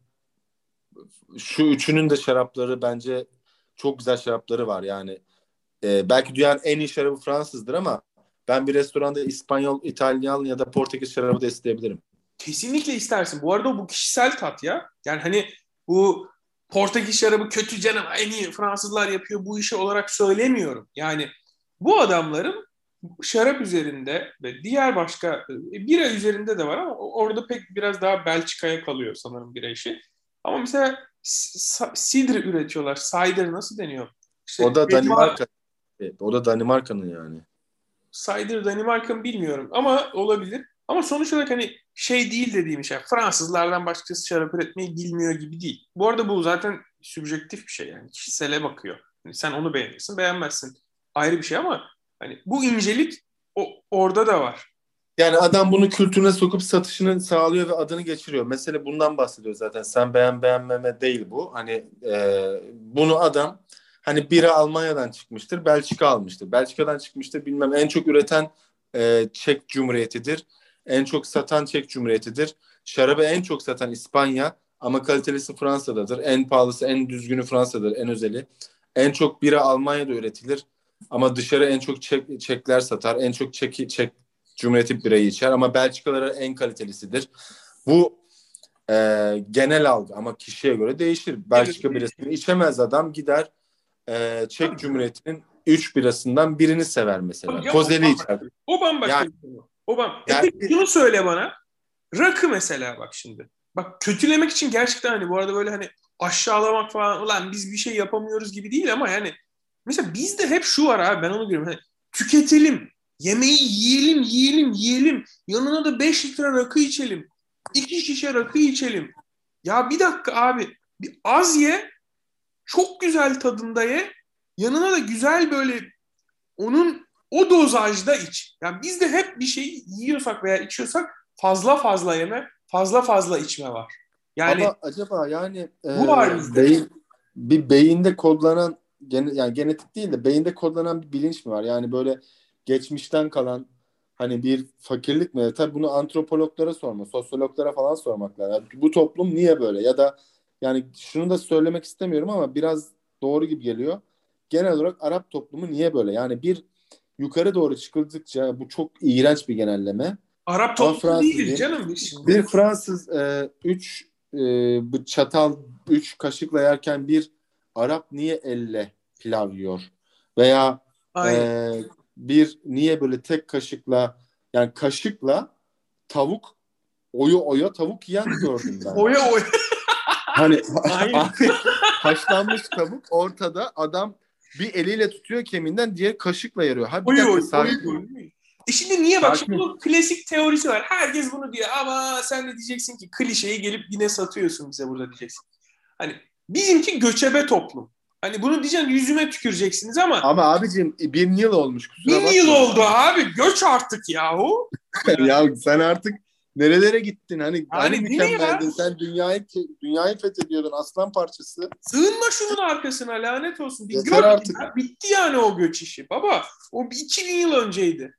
şu üçünün de şarapları bence çok güzel şarapları var yani. E, belki dünyanın en iyi şarabı Fransızdır ama ben bir restoranda İspanyol, İtalyan ya da Portekiz şarabı da isteyebilirim. Kesinlikle istersin. Bu arada bu kişisel tat ya. Yani hani bu Portekiz şarabı kötü canım en iyi Fransızlar yapıyor bu işi olarak söylemiyorum. Yani bu adamların şarap üzerinde ve diğer başka e, bira üzerinde de var ama orada pek biraz daha Belçika'ya kalıyor sanırım bira işi. Ama mesela s- cider üretiyorlar. Cider nasıl deniyor? O İşte da elma Danimarka. O da Danimarka'nın yani. cider Danimarka mı bilmiyorum ama olabilir. Ama sonuç olarak hani şey değil dediğim şey. Fransızlardan başkası şarap üretmeyi bilmiyor gibi değil. Bu arada bu zaten sübjektif bir şey yani. Kişisele bakıyor. Yani sen onu beğenirsin, beğenmezsin. Ayrı bir şey ama hani bu incelik o, orada da var. Yani adam bunu kültürüne sokup satışını sağlıyor ve adını geçiriyor. Mesele bundan bahsediyor zaten. Sen beğen beğenmeme değil bu. Hani e, bunu adam hani biri Almanya'dan çıkmıştır, Belçika almıştır. Belçika'dan çıkmıştır bilmem en çok üreten e, Çek Cumhuriyeti'dir. En çok satan Çek Cumhuriyeti'dir. Şarabı en çok satan İspanya ama kalitelisi Fransa'dadır. En pahalısı, en düzgünü Fransa'dır, en özeli. En çok bira Almanya'da üretilir. Ama dışarı en çok Çek, Çekler satar. En çok Çek, Çek Cumhuriyeti birayı içer ama Belçikalara en kalitelisidir. Bu Ee, genel algı ama kişiye göre değişir. Belçika birasını içemez adam, gider e, Çek Cumhuriyeti'nin üç birasından birini sever mesela. Ya, o Kozeli içer. bambaşka. O bambaşka Yani, bir konu. O bam e yani peki şunu söyle bana. Rakı mesela bak şimdi. Bak kötülemek için gerçekten hani bu arada böyle hani aşağılamak falan ulan biz bir şey yapamıyoruz gibi değil ama yani mesela bizde hep şu var abi ben onu görüyorum. Hani tüketelim. Yemeği yiyelim, yiyelim, yiyelim. Yanına da beş litre rakı içelim. iki şişe rakı içelim. Ya bir dakika abi. Bir az ye. Çok güzel tadında ye. Yanına da güzel böyle onun o dozajda iç. Yani biz de hep bir şey yiyorsak veya içiyorsak fazla fazla yeme, fazla fazla içme var. Yani ama acaba yani e, bu var bizde. beyin, bir beyinde kodlanan gene, yani genetik değil de beyinde kodlanan bir bilinç mi var? Yani böyle geçmişten kalan hani bir fakirlik mi? Tabii bunu antropologlara sorma, sosyologlara falan sormak lazım. Yani bu toplum niye böyle? Ya da yani şunu da söylemek istemiyorum ama biraz doğru gibi geliyor. Genel olarak Arap toplumu niye böyle? Yani bir yukarı doğru çıkıldıkça bu çok iğrenç bir genelleme. Arap Ama toplumu Fransız değiliz diyeyim. canım biz Bir şimdi. Fransız e, üç e, bu çatal üç kaşıkla yerken bir Arap niye elle pilav yiyor? Veya Aynen. e, bir niye böyle tek kaşıkla yani kaşıkla tavuk oyu oya tavuk yiyen gördüm ben. Oya oya. Hani Aynen. abi haşlanmış tavuk ortada, adam bir eliyle tutuyor kemiğinden, diğer kaşıkla yarıyor. Ha bir Oy dakika, oy. Oy sakin ol. oy. E şimdi niye bak şimdi Sakin. bunun klasik teorisi var. Herkes bunu diyor ama sen de diyeceksin ki klişeyi gelip yine satıyorsun bize burada diyeceksin. Hani bizimki göçebe toplum. Hani bunu diyeceksin yüzüme tüküreceksiniz ama Ama abicim bin yıl olmuş, kusura bin yıl bakma oldu yani. abi. Göç artık yahu. Yani, Ya sen artık nerelere gittin? Hani hani yani değil mi ya? mükemmeldin. Sen dünyayı dünyayı fethediyordun, aslan parçası. Sığınma şunun arkasına lanet olsun. Bir Yeter göç artık. ya. Bitti yani o göç işi. Baba o bir iki bin yıl önceydi.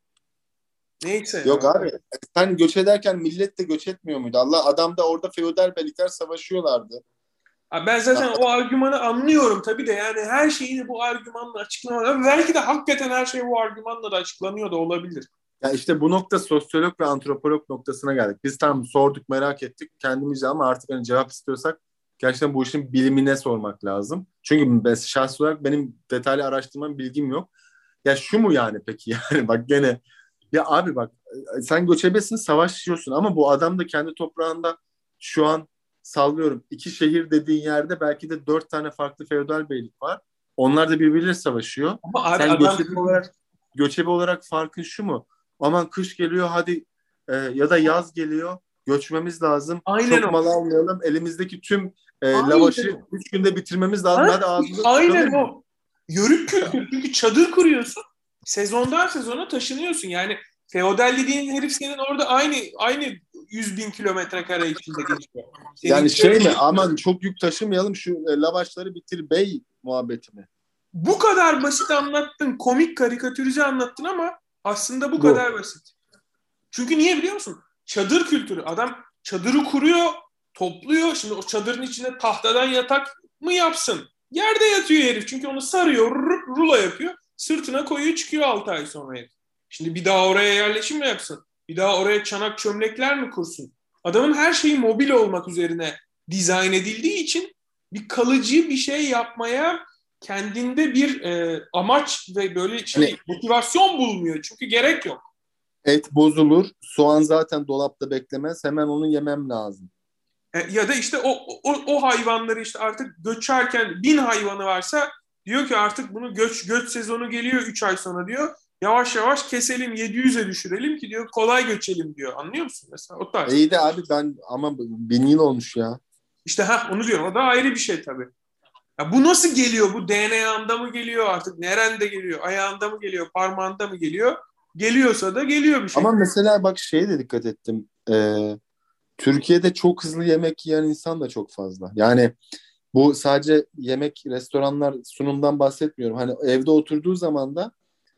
Neyse Yok ya. abi. Sen göç ederken millet de göç etmiyor muydu? Allah, adam da orada feodal beylikler savaşıyorlardı. Abi ben zaten o argümanı anlıyorum tabii de yani her şeyi de bu argümanla açıklamadan belki de hakikaten her şey bu argümanla da açıklanıyor da olabilir. Ya işte bu nokta sosyolog ve antropolog noktasına geldik. Biz tam sorduk, merak ettik kendimizce ama artık hani cevap istiyorsak gerçekten bu işin bilimine sormak lazım. Çünkü ben, şahsi olarak benim detaylı araştırmam, bilgim yok. Ya şu mu yani peki yani bak gene ya abi bak, sen göçebesin, savaşıyorsun ama bu adam da kendi toprağında şu an sallıyorum iki şehir dediğin yerde belki de dört tane farklı feodal beylik var. Onlar da birbirleriyle savaşıyor. Ama abi Sen adam göçebe olarak göçebe olarak farkın şu mu? Aman kış geliyor hadi, e, ya da yaz geliyor, göçmemiz lazım. aynen Çok o. mal almayalım. Elimizdeki tüm e, Aynen lavaşı o. üç günde bitirmemiz lazım. Ha? Hadi ağzımıza Aynen tıkalım. o. Yörük kültürü. Çünkü çadır kuruyorsun. Sezondan sezona taşınıyorsun. Yani feodal dediğin herif senin orada aynı aynı yüz bin kilometre kare içinde geçiyor. Yani Senin şey mi, aman çok yük taşımayalım, şu e, lavaşları bitir bey muhabbeti mi? bu kadar basit anlattın, komik karikatürize anlattın ama aslında bu Bu. kadar basit. Çünkü niye biliyor musun? Çadır kültürü. Adam çadırı kuruyor, topluyor. Şimdi o çadırın içinde tahtadan yatak mı yapsın? Yerde yatıyor herif. Çünkü onu sarıyor, rulo yapıyor. Sırtına koyuyor, çıkıyor altı ay sonra herif. Şimdi bir daha oraya yerleşim mi yapsın? Bir daha oraya çanak çömlekler mi kursun? Adamın her şeyi mobil olmak üzerine dizayn edildiği için bir kalıcı bir şey yapmaya kendinde bir e, amaç ve böyle Hani şey motivasyon bulmuyor. Çünkü gerek yok. et bozulur, soğan zaten dolapta beklemez, hemen onu yemem lazım. E, ya da işte o, o, o hayvanları işte artık göçerken bin hayvanı varsa diyor ki artık bunu göç göç sezonu geliyor üç ay sonra diyor. Yavaş yavaş keselim yedi yüze düşürelim ki diyor kolay göçelim diyor. Anlıyor musun mesela o tarz. İyi de abi ben ama bin yıl olmuş ya. İşte ha onu diyorum o da ayrı bir şey tabii. Ya bu nasıl geliyor? Bu D N A'nda mı geliyor artık? Nerede geliyor? Ayağında mı geliyor? Parmağında mı geliyor? Geliyorsa da geliyor bir Ama şekilde. mesela bak şeye de dikkat ettim. Ee, Türkiye'de çok hızlı yemek yiyen insan da çok fazla. Yani bu sadece yemek, restoranlar, sunumdan bahsetmiyorum. Hani evde oturduğu zaman da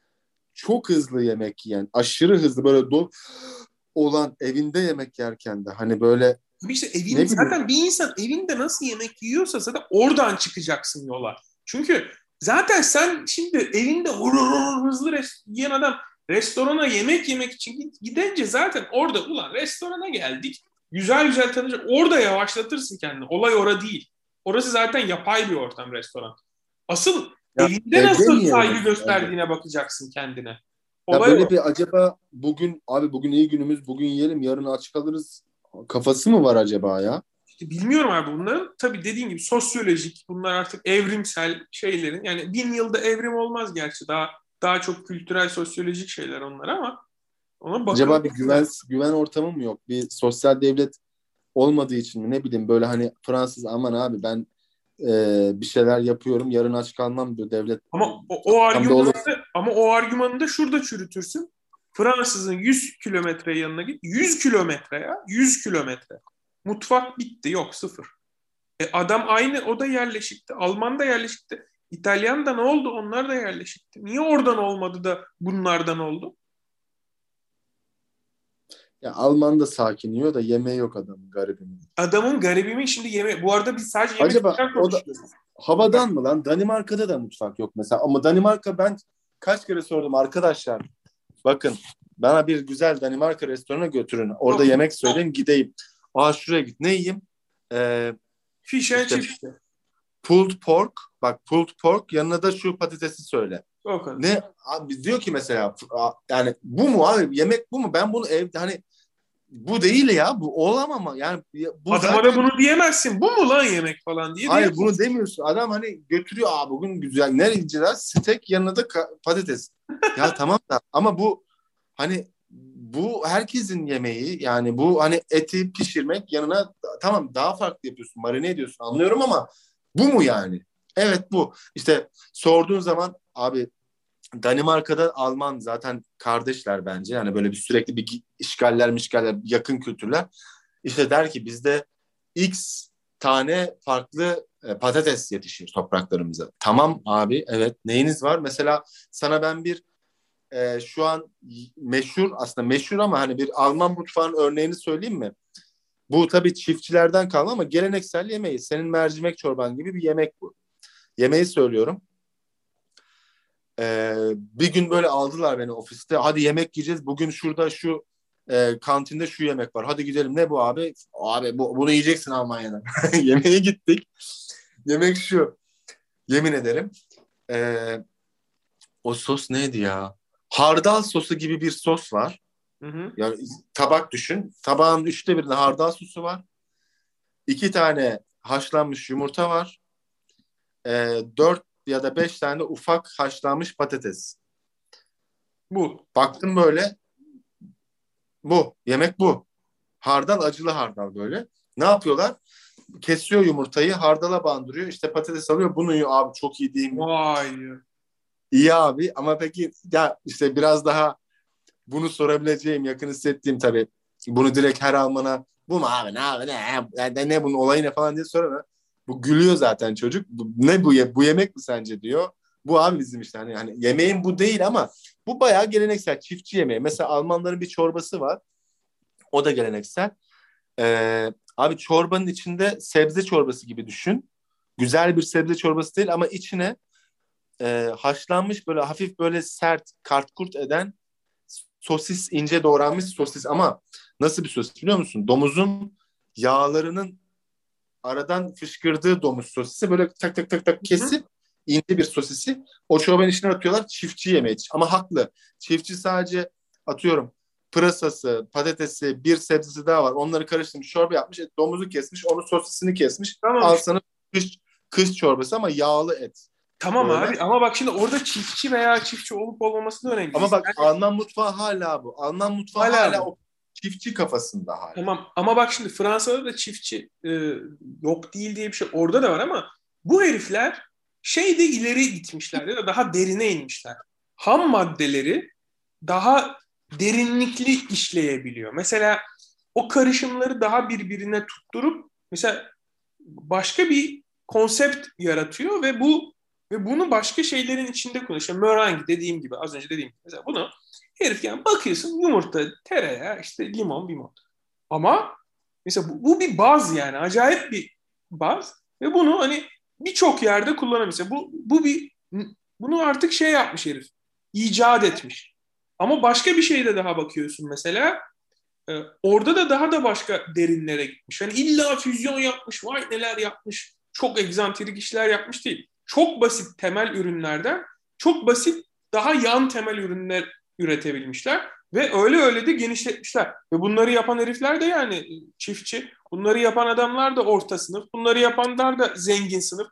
çok hızlı yemek yiyen, aşırı hızlı böyle do olan, evinde yemek yerken de hani böyle Tabii işte evin ne bileyim. zaten bir insan evinde nasıl yemek yiyorsa zaten oradan çıkacaksın yola. Çünkü zaten sen şimdi evinde hur hur hur hızlı res- yiyen adam restorana yemek yemek için gidince zaten orada ulan restorana geldik. Güzel güzel tanıyacak. Orada yavaşlatırsın kendini. Olay orada değil. Orası zaten yapay bir ortam, restoran. Asıl Ya evinde evde nasıl niye öyle saygı güzel? gösterdiğine bakacaksın kendine. Ya Olay böyle o. bir acaba bugün abi bugün iyi günümüz bugün yiyelim yarın aç kalırız kafası mı var acaba ya? İşte bilmiyorum abi, bunların tabii dediğin gibi sosyolojik, bunlar artık evrimsel şeylerin, yani bin yılda evrim olmaz gerçi, daha daha çok kültürel sosyolojik şeyler onlar, ama ona Acaba bir bakılması güven lazım. güven ortamı mı yok? Bir sosyal devlet olmadığı için mi ne bileyim böyle hani Fransız aman abi ben e, bir şeyler yapıyorum yarın aç kalmam diyor devlet Ama o, o tam da olur. argümanı da, ama o argümanı da şurada çürütürsün. Fransızın yüz kilometre yanına git. yüz kilometre ya. yüz kilometre. Mutfak bitti. Yok, sıfır. E adam aynı, o da yerleşikti. Alman da yerleşikti. İtalyan da ne oldu? Onlar da yerleşikti. Niye oradan olmadı da bunlardan oldu? Ya Alman da sakin yiyor da yemeği yok adamın garibim. Adamın garibimin şimdi yeme. Bu arada biz sadece Acaba yemekten o da konuşuyoruz. havadan mı lan? Danimarka'da da mutfak yok mesela. Ama Danimarka ben kaç kere sordum arkadaşlar. Bakın bana bir güzel Danimarka restoranına götürün. Orada Yok. yemek söyleyin gideyim. Aa şuraya git. Ne yiyeyim? Ee, Fish and işte chips işte. pulled pork. Bak pulled pork yanına da şu patatesi söyle. O kadar. Ne abi diyor ki mesela yani bu mu abi yemek bu mu? Ben bunu evde hani bu değil ya bu olamama yani bu Adama da zaten bunu diyemezsin. Bu mu lan yemek falan diye hayır bunu diyemezsin. demiyorsun. Adam hani götürüyor aa bugün güzel ne yiyeceğiz? Steak yanına da ka- patates. Ya tamam da ama bu hani bu herkesin yemeği yani bu hani eti pişirmek yanına tamam daha farklı yapıyorsun marine ediyorsun anlıyorum ama bu mu yani? Evet bu. İşte sorduğun zaman abi Danimarka'da Alman zaten kardeşler bence. Yani böyle bir sürekli bir işgaller mişgaller yakın kültürler. İşte der ki bizde X tane farklı e, patates yetişir topraklarımıza. Tamam abi evet neyiniz var? Mesela sana ben bir e, şu an meşhur aslında meşhur ama hani bir Alman mutfağının örneğini söyleyeyim mi? Bu tabii çiftçilerden kalma ama geleneksel yemeği. Senin mercimek çorban gibi bir yemek bu. Yemeği söylüyorum. Ee, bir gün böyle aldılar beni ofiste. Hadi yemek yiyeceğiz. Bugün şurada şu e, kantinde şu yemek var. Hadi gidelim. Ne bu abi? Abi bu, bunu yiyeceksin Almanya'dan. Yemeğe gittik. Yemek şu. Yemin ederim. Ee, o sos neydi ya? Hardal sosu gibi bir sos var. Hı hı. Yani tabak düşün. Tabağın üçte birinde hardal sosu var. İki tane haşlanmış yumurta var. Ee, dört ya da beş tane de ufak haşlanmış patates. Bu. Baktım böyle bu. Yemek bu. Hardal acılı hardal böyle. Ne yapıyorlar? Kesiyor yumurtayı hardala bandırıyor. İşte patates alıyor bunu yiyor. Abi çok iyi değil mi? Vay. İyi abi ama peki ya işte biraz daha bunu sorabileceğim yakın hissettiğim tabii. Bunu direkt her Alman'a bu mu abi ne abi ne, ne, ne bunun olayı ne falan diye sorana. Bu gülüyor zaten çocuk. Bu, ne bu, bu yemek mi sence diyor. Bu abi bizim işte hani, hani yemeğin bu değil ama bu bayağı geleneksel çiftçi yemeği. Mesela Almanların bir çorbası var. O da geleneksel. Ee, abi çorbanın içinde sebze çorbası gibi düşün. Güzel bir sebze çorbası değil ama içine e, haşlanmış böyle hafif böyle sert kartkurt eden sosis ince doğranmış sosis ama nasıl bir sosis biliyor musun? Domuzun yağlarının aradan fışkırdığı domuz sosisi böyle tak tak tak tak Hı? kesip ince bir sosisi o çorbanın içine atıyorlar çiftçi yemeği. Ama haklı. Çiftçi sadece atıyorum pırasası, patatesi, bir sebzesi daha var. Onları karıştırmış, çorba yapmış. Et, domuzu kesmiş, onu sosisini kesmiş. Tamam Al işte. sana kış, kış çorbası ama yağlı et. Tamam Böyle. abi, ama bak şimdi orada çiftçi veya çiftçi olup olmaması da önemli değil. Ama bak Yani Alman mutfağı hala bu. Alman mutfağı hala hala bu. o çiftçi kafasında hala. Tamam ama bak şimdi Fransa'da da çiftçi e, yok değil diye bir şey orada da var, ama bu herifler şeyde ileri gitmişler ya da daha derine inmişler. Ham maddeleri daha derinlikli işleyebiliyor. Mesela o karışımları daha birbirine tutturup mesela başka bir konsept yaratıyor ve bu ve bunu başka şeylerin içinde kullanıyor. İşte meringue dediğim gibi, az önce dediğim gibi. Mesela bunu herif, yani bakıyorsun yumurta, tereyağı, işte limon, limon. Ama mesela bu, bu bir baz, yani acayip bir baz ve bunu hani birçok yerde kullanıyor. Mesela bu bu bir, bunu artık şey yapmış herif. İcat etmiş. Ama başka bir şeyde daha bakıyorsun mesela. e, orada da daha da başka derinlere gitmiş. Yani illa füzyon yapmış, vay neler yapmış, çok egzantrik işler yapmış değil. Çok basit temel ürünlerden çok basit daha yan temel ürünler üretebilmişler ve öyle öyle de genişletmişler. Ve bunları yapan herifler de yani çiftçi, bunları yapan adamlar da orta sınıf, bunları yapanlar da zengin sınıf.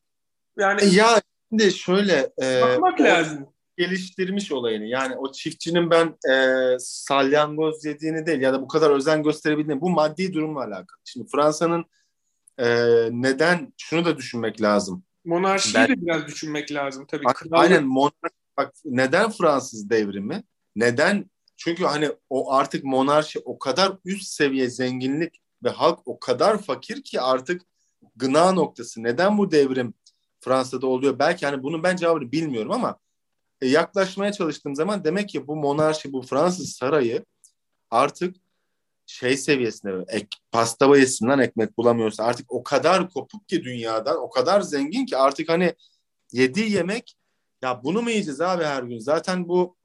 Yani Ya şimdi şöyle e, bakmak o lazım. geliştirmiş olayını. Yani o çiftçinin ben e, salyangoz yediğini değil ya da bu kadar özen gösterebildiğini, bu maddi durumla alakalı. Şimdi Fransa'nın e, neden, şunu da düşünmek lazım. Monarşiyi Ben, de biraz düşünmek lazım tabii. a- Krallık. aynen monarşi, bak, neden Fransız devrimi? Neden? Çünkü hani o artık monarşi o kadar üst seviye zenginlik ve halk o kadar fakir ki artık gına noktası. Neden bu devrim Fransa'da oluyor? Belki hani bunun ben cevabını bilmiyorum ama e, yaklaşmaya çalıştığım zaman demek ki bu monarşi, bu Fransız sarayı artık şey seviyesinde, ek, pasta bayısından ekmek bulamıyorsa, artık o kadar kopuk ki dünyadan, o kadar zengin ki artık hani yediği yemek, ya bunu mu yiyeceğiz abi her gün? Zaten bu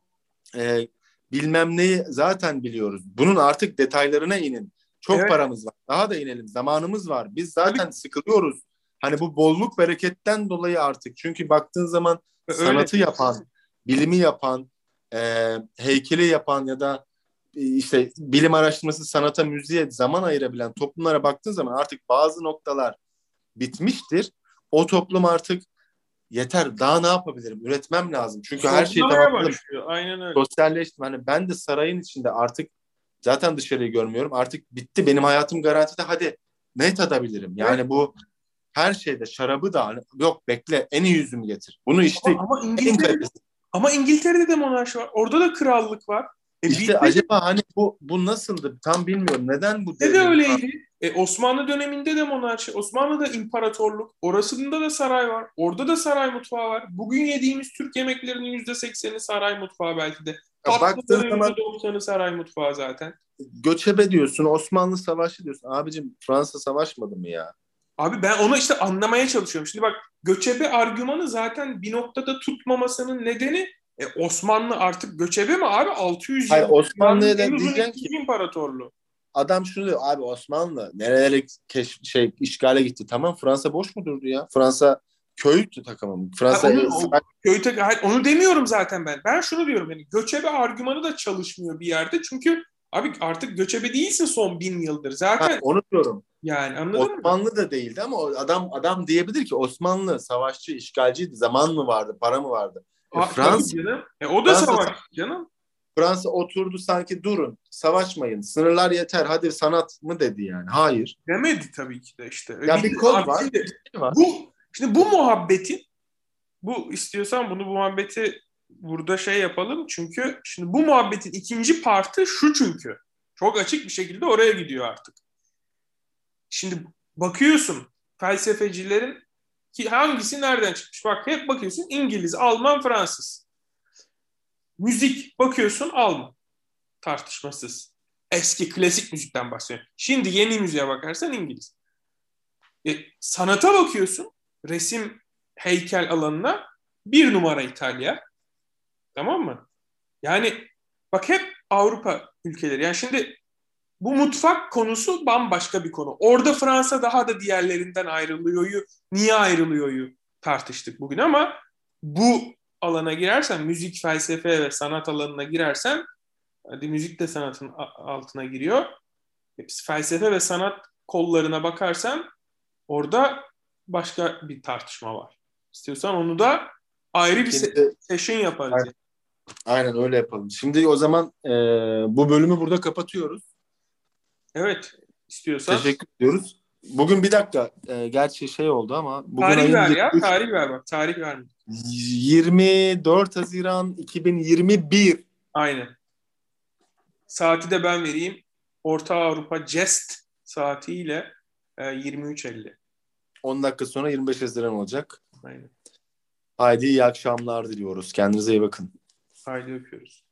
e, bilmem neyi zaten biliyoruz. Bunun artık detaylarına inin. Çok Evet. paramız var. Daha da inelim. Zamanımız var. Biz Tabii zaten sıkılıyoruz. Hani bu bolluk bereketten dolayı artık. Çünkü baktığın zaman öyle. sanatı yapan, bilimi yapan, e, heykeli yapan ya da e, işte bilim araştırması, sanata, müziğe zaman ayırabilen toplumlara baktığın zaman artık bazı noktalar bitmiştir. O toplum artık yeter, daha ne yapabilirim? Üretmem lazım. Çünkü her şeyi Sorgulamaya tamamladım. başlıyor. Aynen öyle. Sosyalleştim. Hani ben de sarayın içinde artık zaten dışarıyı görmüyorum. Artık bitti. Benim hayatım garantide. Hadi ne tadabilirim? Evet. Yani bu her şeyde, şarabı da hani, yok bekle en iyi yüzümü getir. Bunu Ama, içtik. ama En İngiltere'de kalitesi. ama İngiltere'de de monarşi var. Orada da krallık var. E İşte bizde acaba hani bu bu nasıldı? Tam bilmiyorum. Neden bu de, de devrim? öyleydi. E, Osmanlı döneminde de monarşi. Osmanlı'da imparatorluk. Orasında da saray var. Orada da saray mutfağı var. Bugün yediğimiz Türk yemeklerinin yüzde sekseni saray mutfağı belki de. Baktığın Tatlıların zaman yüzde doksanı saray mutfağı zaten. göçebe diyorsun, Osmanlı Savaşı diyorsun. Abicim Fransa savaşmadı mı ya? Abi ben onu işte anlamaya çalışıyorum. Şimdi bak göçebe argümanı zaten bir noktada tutmamasının nedeni e, Osmanlı artık göçebe mi abi? altı yüz Hayır, yıl dünyanın Osmanlı'ya en da uzun diyeceksin ki ikinci imparatorluğu. adam şunu diyor, abi Osmanlı nerelere keş, şey işgale gitti. Tamam, Fransa boş mu durdu ya? Fransa köy takımı. Ha, Fransa onun e, o, köyte, hayır, onu demiyorum zaten ben. Ben şunu diyorum yani göçebe argümanı da çalışmıyor bir yerde. Çünkü abi artık göçebe değilsin son bin yıldır. ha, Zaten onu diyorum. yani anladın mı? Osmanlı da değildi ama o adam adam diyebilir ki Osmanlı savaşçı, işgalciydi. Zaman mı vardı, para mı vardı? E, Ha, tabii Fransa canım. E, o da Fransa savaş canım. Fransa oturdu sanki, durun, savaşmayın. Sınırlar yeter. Hadi sanat mı dedi yani? Hayır. Demedi tabii ki de işte. E, Ya bir bir de kod abi var, şimdi bir şey var. bu şimdi bu muhabbetin bu istiyorsan bunu bu muhabbeti burada şey yapalım. Çünkü şimdi bu muhabbetin ikinci partı şu çünkü. Çok açık bir şekilde oraya gidiyor artık. Şimdi bakıyorsun felsefecilerin ki hangisi nereden çıkmış? Bak hep bakıyorsun İngiliz, Alman, Fransız. Müzik bakıyorsun Alman tartışmasız. Eski klasik müzikten bahsediyorum. Şimdi yeni müziğe bakarsan İngiliz. E, sanata bakıyorsun resim heykel alanına bir numara İtalya. Tamam mı? Yani bak hep Avrupa ülkeleri. Yani şimdi bu mutfak konusu bambaşka bir konu. Orada Fransa daha da diğerlerinden ayrılıyor. Niye ayrılıyor tartıştık bugün ama bu alana girersen, müzik, felsefe ve sanat alanına girersen, hadi müzik de sanatın altına giriyor. Felsefe ve sanat kollarına bakarsan orada başka bir tartışma var. İstiyorsan onu da ayrı bir Şimdi session yaparız. Yani. aynen öyle yapalım. Şimdi o zaman e, bu bölümü burada kapatıyoruz. Evet, istiyorsan. Teşekkür ediyoruz. Bugün bir dakika, e, gerçi şey oldu ama bugün Tarih ayın ver ya, yirmi üç, tarih ver bak, tarih verme. yirmi dört Haziran iki bin yirmi bir. Aynen. Saati de ben vereyim. Orta Avrupa Jest saatiyle e, yirmi üç elli. on dakika sonra yirmi beş Haziran olacak. Aynen. Haydi iyi akşamlar diliyoruz. Kendinize iyi bakın. Haydi öpüyoruz.